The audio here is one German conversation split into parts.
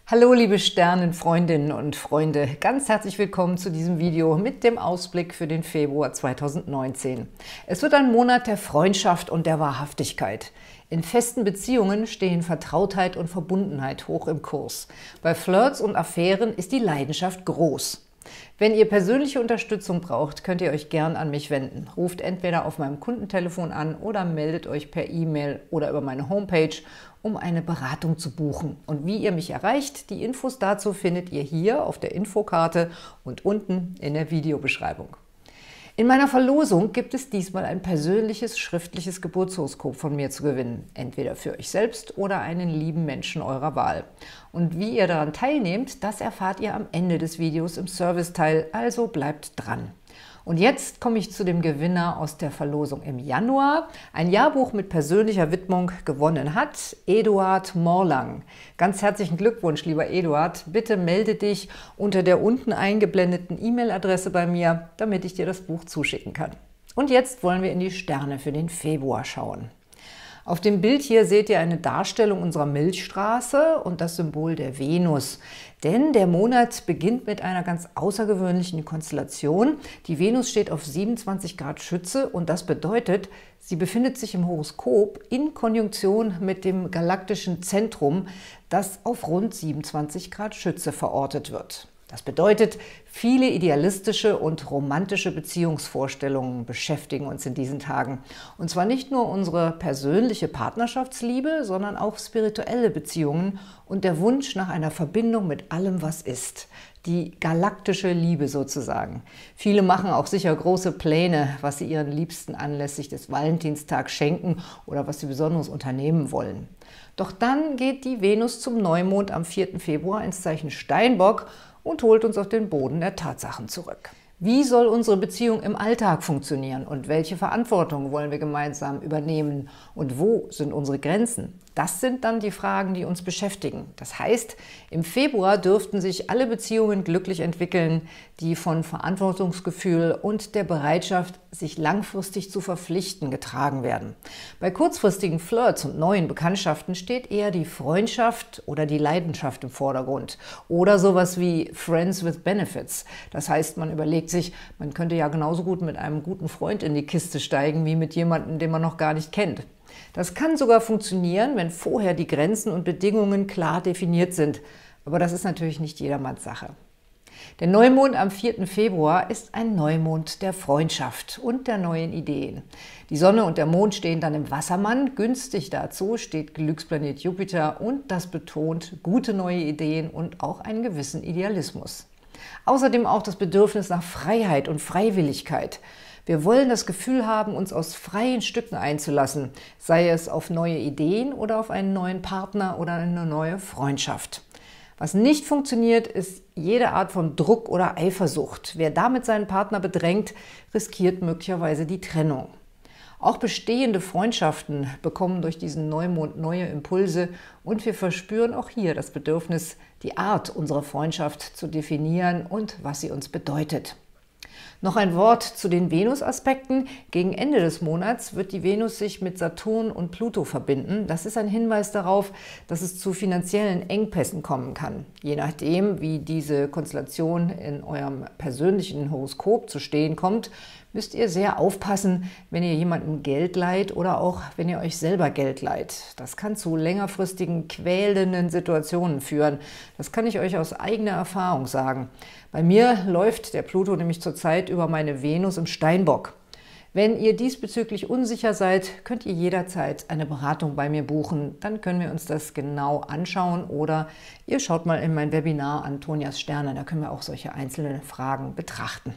Hallo liebe Sternenfreundinnen und Freunde, ganz herzlich willkommen zu diesem Video mit dem Ausblick für den Februar 2019. Es wird ein Monat der Freundschaft und der Wahrhaftigkeit. In festen Beziehungen stehen Vertrautheit und Verbundenheit hoch im Kurs. Bei Flirts und Affären ist die Leidenschaft groß. Wenn ihr persönliche Unterstützung braucht, könnt ihr euch gern an mich wenden. Ruft entweder auf meinem Kundentelefon an oder meldet euch per E-Mail oder über meine Homepage, um eine Beratung zu buchen. Und wie ihr mich erreicht, die Infos dazu findet ihr hier auf der Infokarte und unten in der Videobeschreibung. In meiner Verlosung gibt es diesmal ein persönliches schriftliches Geburtshoroskop von mir zu gewinnen, entweder für euch selbst oder einen lieben Menschen eurer Wahl. Und wie ihr daran teilnehmt, das erfahrt ihr am Ende des Videos im Serviceteil, also bleibt dran. Und jetzt komme ich zu dem Gewinner aus der Verlosung im Januar. Ein Jahrbuch mit persönlicher Widmung gewonnen hat Eduard Morlang. Ganz herzlichen Glückwunsch, lieber Eduard. Bitte melde dich unter der unten eingeblendeten E-Mail-Adresse bei mir, damit ich dir das Buch zuschicken kann. Und jetzt wollen wir in die Sterne für den Februar schauen. Auf dem Bild hier seht ihr eine Darstellung unserer Milchstraße und das Symbol der Venus. Denn der Monat beginnt mit einer ganz außergewöhnlichen Konstellation. Die Venus steht auf 27 Grad Schütze und das bedeutet, sie befindet sich im Horoskop in Konjunktion mit dem galaktischen Zentrum, das auf rund 27 Grad Schütze verortet wird. Das bedeutet, viele idealistische und romantische Beziehungsvorstellungen beschäftigen uns in diesen Tagen. Und zwar nicht nur unsere persönliche Partnerschaftsliebe, sondern auch spirituelle Beziehungen und der Wunsch nach einer Verbindung mit allem, was ist. Die galaktische Liebe sozusagen. Viele machen auch sicher große Pläne, was sie ihren Liebsten anlässlich des Valentinstags schenken oder was sie Besonderes unternehmen wollen. Doch dann geht die Venus zum Neumond am 4. Februar ins Zeichen Steinbock und holt uns auf den Boden der Tatsachen zurück. Wie soll unsere Beziehung im Alltag funktionieren und welche Verantwortung wollen wir gemeinsam übernehmen und wo sind unsere Grenzen? Das sind dann die Fragen, die uns beschäftigen. Das heißt, im Februar dürften sich alle Beziehungen glücklich entwickeln, die von Verantwortungsgefühl und der Bereitschaft, sich langfristig zu verpflichten, getragen werden. Bei kurzfristigen Flirts und neuen Bekanntschaften steht eher die Freundschaft oder die Leidenschaft im Vordergrund. Oder sowas wie Friends with Benefits. Das heißt, man überlegt sich, man könnte ja genauso gut mit einem guten Freund in die Kiste steigen, wie mit jemandem, den man noch gar nicht kennt. Das kann sogar funktionieren, wenn vorher die Grenzen und Bedingungen klar definiert sind. Aber das ist natürlich nicht jedermanns Sache. Der Neumond am 4. Februar ist ein Neumond der Freundschaft und der neuen Ideen. Die Sonne und der Mond stehen dann im Wassermann. Günstig dazu steht Glücksplanet Jupiter und das betont gute neue Ideen und auch einen gewissen Idealismus. Außerdem auch das Bedürfnis nach Freiheit und Freiwilligkeit. Wir wollen das Gefühl haben, uns aus freien Stücken einzulassen, sei es auf neue Ideen oder auf einen neuen Partner oder eine neue Freundschaft. Was nicht funktioniert, ist jede Art von Druck oder Eifersucht. Wer damit seinen Partner bedrängt, riskiert möglicherweise die Trennung. Auch bestehende Freundschaften bekommen durch diesen Neumond neue Impulse und wir verspüren auch hier das Bedürfnis, die Art unserer Freundschaft zu definieren und was sie uns bedeutet. Noch ein Wort zu den Venus-Aspekten. Gegen Ende des Monats wird die Venus sich mit Saturn und Pluto verbinden. Das ist ein Hinweis darauf, dass es zu finanziellen Engpässen kommen kann. Je nachdem, wie diese Konstellation in eurem persönlichen Horoskop zu stehen kommt, müsst ihr sehr aufpassen, wenn ihr jemandem Geld leiht oder auch wenn ihr euch selber Geld leiht. Das kann zu längerfristigen, quälenden Situationen führen. Das kann ich euch aus eigener Erfahrung sagen. Bei mir läuft der Pluto nämlich zurzeit über meine Venus im Steinbock. Wenn ihr diesbezüglich unsicher seid, könnt ihr jederzeit eine Beratung bei mir buchen. Dann können wir uns das genau anschauen oder ihr schaut mal in mein Webinar Antonias Sterne, da können wir auch solche einzelnen Fragen betrachten.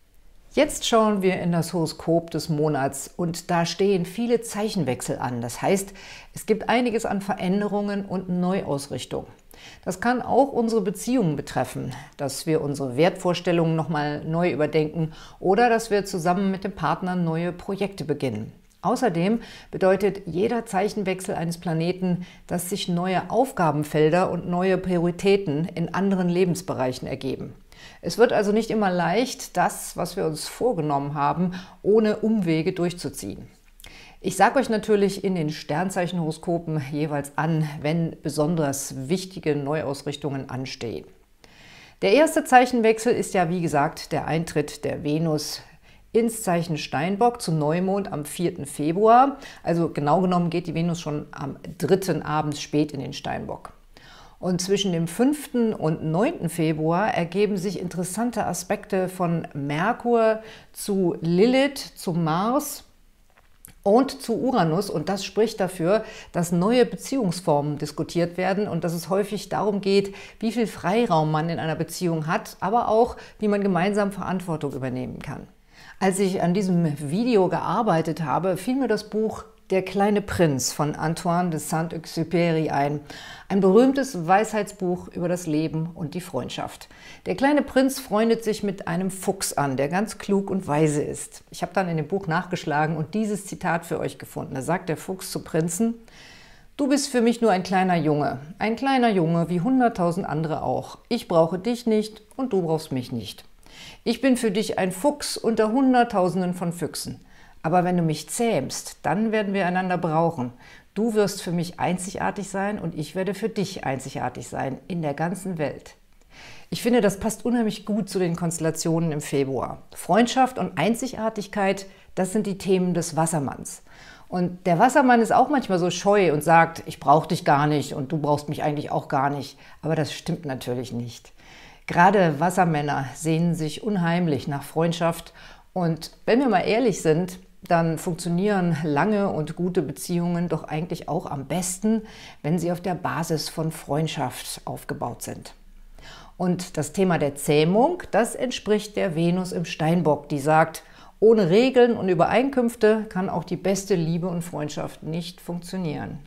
Jetzt schauen wir in das Horoskop des Monats und da stehen viele Zeichenwechsel an. Das heißt, es gibt einiges an Veränderungen und Neuausrichtung. Das kann auch unsere Beziehungen betreffen, dass wir unsere Wertvorstellungen nochmal neu überdenken oder dass wir zusammen mit dem Partner neue Projekte beginnen. Außerdem bedeutet jeder Zeichenwechsel eines Planeten, dass sich neue Aufgabenfelder und neue Prioritäten in anderen Lebensbereichen ergeben. Es wird also nicht immer leicht, das, was wir uns vorgenommen haben, ohne Umwege durchzuziehen. Ich sage euch natürlich in den Sternzeichenhoroskopen jeweils an, wenn besonders wichtige Neuausrichtungen anstehen. Der erste Zeichenwechsel ist ja, wie gesagt, der Eintritt der Venus ins Zeichen Steinbock zum Neumond am 4. Februar. Also genau genommen geht die Venus schon am 3. abends spät in den Steinbock. Und zwischen dem 5. und 9. Februar ergeben sich interessante Aspekte von Merkur zu Lilith, zu Mars und zu Uranus. Und das spricht dafür, dass neue Beziehungsformen diskutiert werden und dass es häufig darum geht, wie viel Freiraum man in einer Beziehung hat, aber auch, wie man gemeinsam Verantwortung übernehmen kann. Als ich an diesem Video gearbeitet habe, fiel mir das Buch Der kleine Prinz von Antoine de Saint-Exupéry ein. Ein berühmtes Weisheitsbuch über das Leben und die Freundschaft. Der kleine Prinz freundet sich mit einem Fuchs an, der ganz klug und weise ist. Ich habe dann in dem Buch nachgeschlagen und dieses Zitat für euch gefunden. Da sagt der Fuchs zu Prinzen: Du bist für mich nur ein kleiner Junge wie 100.000 andere auch. Ich brauche dich nicht und du brauchst mich nicht. Ich bin für dich ein Fuchs unter Hunderttausenden von Füchsen. Aber wenn du mich zähmst, dann werden wir einander brauchen. Du wirst für mich einzigartig sein und ich werde für dich einzigartig sein in der ganzen Welt. Ich finde, das passt unheimlich gut zu den Konstellationen im Februar. Freundschaft und Einzigartigkeit, das sind die Themen des Wassermanns. Und der Wassermann ist auch manchmal so scheu und sagt, ich brauche dich gar nicht und du brauchst mich eigentlich auch gar nicht. Aber das stimmt natürlich nicht. Gerade Wassermänner sehnen sich unheimlich nach Freundschaft. Und wenn wir mal ehrlich sind, dann funktionieren lange und gute Beziehungen doch eigentlich auch am besten, wenn sie auf der Basis von Freundschaft aufgebaut sind. Und das Thema der Zähmung, das entspricht der Venus im Steinbock, die sagt, ohne Regeln und Übereinkünfte kann auch die beste Liebe und Freundschaft nicht funktionieren.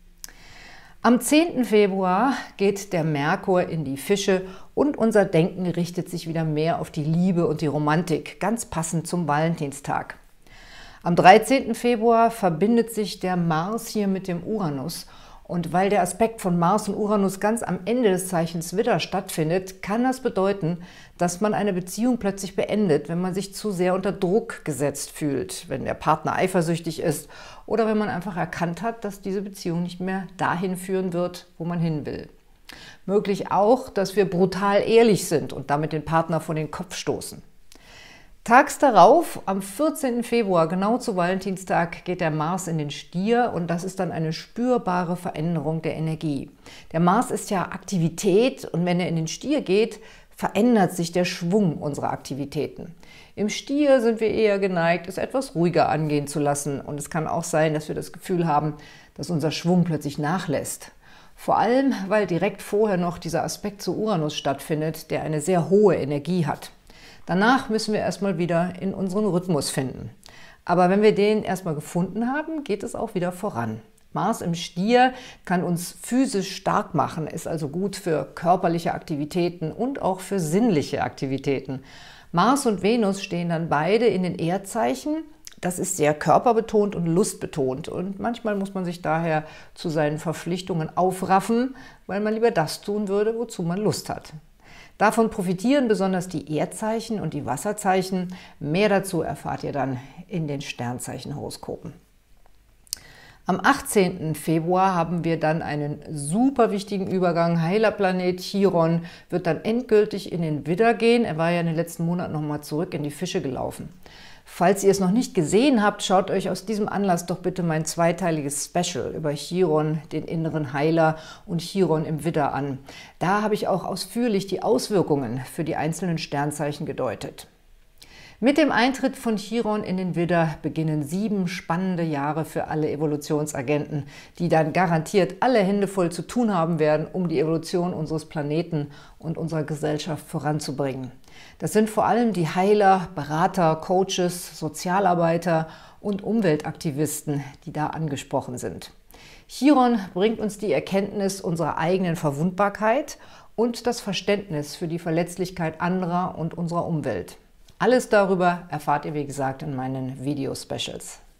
Am 10. Februar geht der Merkur in die Fische und unser Denken richtet sich wieder mehr auf die Liebe und die Romantik, ganz passend zum Valentinstag. Am 13. Februar verbindet sich der Mars hier mit dem Uranus. Und weil der Aspekt von Mars und Uranus ganz am Ende des Zeichens Widder stattfindet, kann das bedeuten, dass man eine Beziehung plötzlich beendet, wenn man sich zu sehr unter Druck gesetzt fühlt, wenn der Partner eifersüchtig ist oder wenn man einfach erkannt hat, dass diese Beziehung nicht mehr dahin führen wird, wo man hin will. Möglich auch, dass wir brutal ehrlich sind und damit den Partner vor den Kopf stoßen. Tags darauf, am 14. Februar, genau zu Valentinstag, geht der Mars in den Stier und das ist dann eine spürbare Veränderung der Energie. Der Mars ist ja Aktivität und wenn er in den Stier geht, verändert sich der Schwung unserer Aktivitäten. Im Stier sind wir eher geneigt, es etwas ruhiger angehen zu lassen und es kann auch sein, dass wir das Gefühl haben, dass unser Schwung plötzlich nachlässt. Vor allem, weil direkt vorher noch dieser Aspekt zu Uranus stattfindet, der eine sehr hohe Energie hat. Danach müssen wir erstmal wieder in unseren Rhythmus finden. Aber wenn wir den erstmal gefunden haben, geht es auch wieder voran. Mars im Stier kann uns physisch stark machen, ist also gut für körperliche Aktivitäten und auch für sinnliche Aktivitäten. Mars und Venus stehen dann beide in den Erdzeichen. Das ist sehr körperbetont und lustbetont und manchmal muss man sich daher zu seinen Verpflichtungen aufraffen, weil man lieber das tun würde, wozu man Lust hat. Davon profitieren besonders die Erdzeichen und die Wasserzeichen. Mehr dazu erfahrt ihr dann in den Sternzeichenhoroskopen. Am 18. Februar haben wir dann einen super wichtigen Übergang. Heilerplanet Chiron wird dann endgültig in den Widder gehen. Er war ja in den letzten Monaten nochmal zurück in die Fische gelaufen. Falls ihr es noch nicht gesehen habt, schaut euch aus diesem Anlass doch bitte mein zweiteiliges Special über Chiron, den inneren Heiler, und Chiron im Widder an. Da habe ich auch ausführlich die Auswirkungen für die einzelnen Sternzeichen gedeutet. Mit dem Eintritt von Chiron in den Widder beginnen 7 spannende Jahre für alle Evolutionsagenten, die dann garantiert alle Hände voll zu tun haben werden, um die Evolution unseres Planeten und unserer Gesellschaft voranzubringen. Das sind vor allem die Heiler, Berater, Coaches, Sozialarbeiter und Umweltaktivisten, die da angesprochen sind. Chiron bringt uns die Erkenntnis unserer eigenen Verwundbarkeit und das Verständnis für die Verletzlichkeit anderer und unserer Umwelt. Alles darüber erfahrt ihr, wie gesagt, in meinen Video-Specials.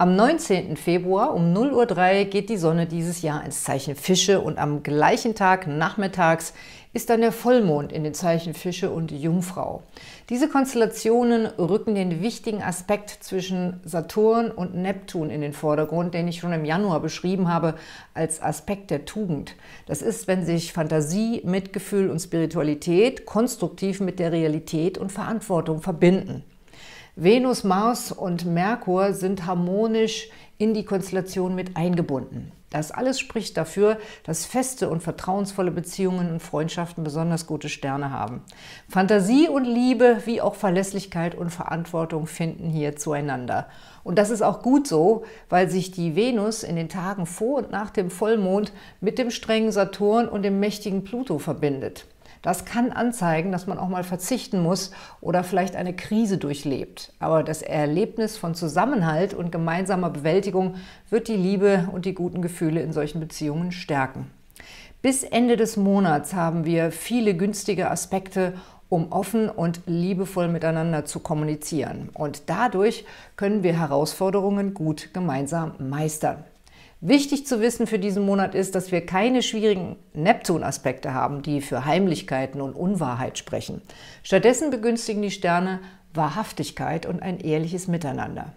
Am 19. Februar um 0:03 Uhr geht die Sonne dieses Jahr ins Zeichen Fische und am gleichen Tag nachmittags ist dann der Vollmond in den Zeichen Fische und Jungfrau. Diese Konstellationen rücken den wichtigen Aspekt zwischen Saturn und Neptun in den Vordergrund, den ich schon im Januar beschrieben habe als Aspekt der Tugend. Das ist, wenn sich Fantasie, Mitgefühl und Spiritualität konstruktiv mit der Realität und Verantwortung verbinden. Venus, Mars und Merkur sind harmonisch in die Konstellation mit eingebunden. Das alles spricht dafür, dass feste und vertrauensvolle Beziehungen und Freundschaften besonders gute Sterne haben. Fantasie und Liebe wie auch Verlässlichkeit und Verantwortung finden hier zueinander. Und das ist auch gut so, weil sich die Venus in den Tagen vor und nach dem Vollmond mit dem strengen Saturn und dem mächtigen Pluto verbindet. Das kann anzeigen, dass man auch mal verzichten muss oder vielleicht eine Krise durchlebt. Aber das Erlebnis von Zusammenhalt und gemeinsamer Bewältigung wird die Liebe und die guten Gefühle in solchen Beziehungen stärken. Bis Ende des Monats haben wir viele günstige Aspekte, um offen und liebevoll miteinander zu kommunizieren. Und dadurch können wir Herausforderungen gut gemeinsam meistern. Wichtig zu wissen für diesen Monat ist, dass wir keine schwierigen Neptun-Aspekte haben, die für Heimlichkeiten und Unwahrheit sprechen. Stattdessen begünstigen die Sterne Wahrhaftigkeit und ein ehrliches Miteinander.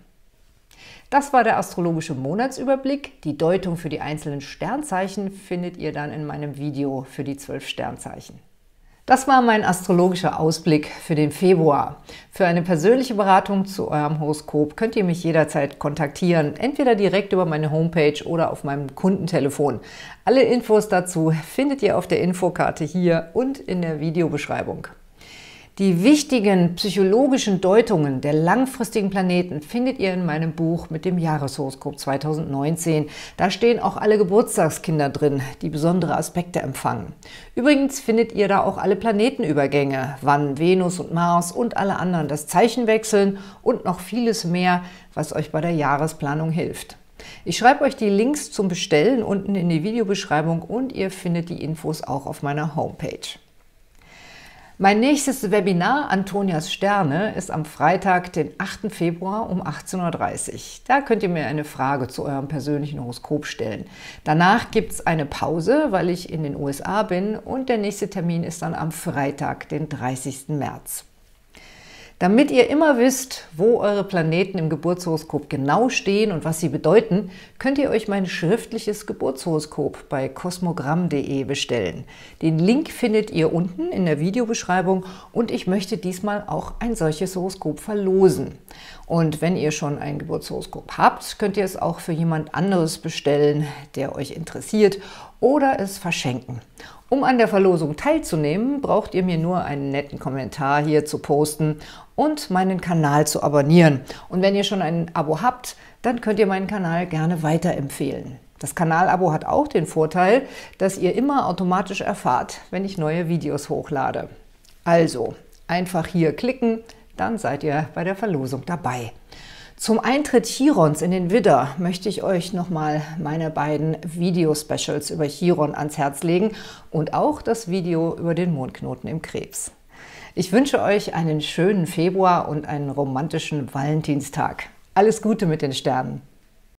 Das war der astrologische Monatsüberblick. Die Deutung für die einzelnen Sternzeichen findet ihr dann in meinem Video für die 12 Sternzeichen. Das war mein astrologischer Ausblick für den Februar. Für eine persönliche Beratung zu eurem Horoskop könnt ihr mich jederzeit kontaktieren, entweder direkt über meine Homepage oder auf meinem Kundentelefon. Alle Infos dazu findet ihr auf der Infokarte hier und in der Videobeschreibung. Die wichtigen psychologischen Deutungen der langfristigen Planeten findet ihr in meinem Buch mit dem Jahreshoroskop 2019. Da stehen auch alle Geburtstagskinder drin, die besondere Aspekte empfangen. Übrigens findet ihr da auch alle Planetenübergänge, wann Venus und Mars und alle anderen das Zeichen wechseln und noch vieles mehr, was euch bei der Jahresplanung hilft. Ich schreibe euch die Links zum Bestellen unten in die Videobeschreibung und ihr findet die Infos auch auf meiner Homepage. Mein nächstes Webinar Antonias Sterne ist am Freitag, den 8. Februar um 18:30 Uhr. Da könnt ihr mir eine Frage zu eurem persönlichen Horoskop stellen. Danach gibt es eine Pause, weil ich in den USA bin und der nächste Termin ist dann am Freitag, den 30. März. Damit ihr immer wisst, wo eure Planeten im Geburtshoroskop genau stehen und was sie bedeuten, könnt ihr euch mein schriftliches Geburtshoroskop bei kosmogramm.de bestellen. Den Link findet ihr unten in der Videobeschreibung und ich möchte diesmal auch ein solches Horoskop verlosen. Und wenn ihr schon ein Geburtshoroskop habt, könnt ihr es auch für jemand anderes bestellen, der euch interessiert, oder es verschenken. Um an der Verlosung teilzunehmen, braucht ihr mir nur einen netten Kommentar hier zu posten und meinen Kanal zu abonnieren. Und wenn ihr schon ein Abo habt, dann könnt ihr meinen Kanal gerne weiterempfehlen. Das Kanalabo hat auch den Vorteil, dass ihr immer automatisch erfahrt, wenn ich neue Videos hochlade. Also, einfach hier klicken, dann seid ihr bei der Verlosung dabei. Zum Eintritt Chirons in den Widder möchte ich euch nochmal meine beiden Video-Specials über Chiron ans Herz legen und auch das Video über den Mondknoten im Krebs. Ich wünsche euch einen schönen Februar und einen romantischen Valentinstag. Alles Gute mit den Sternen!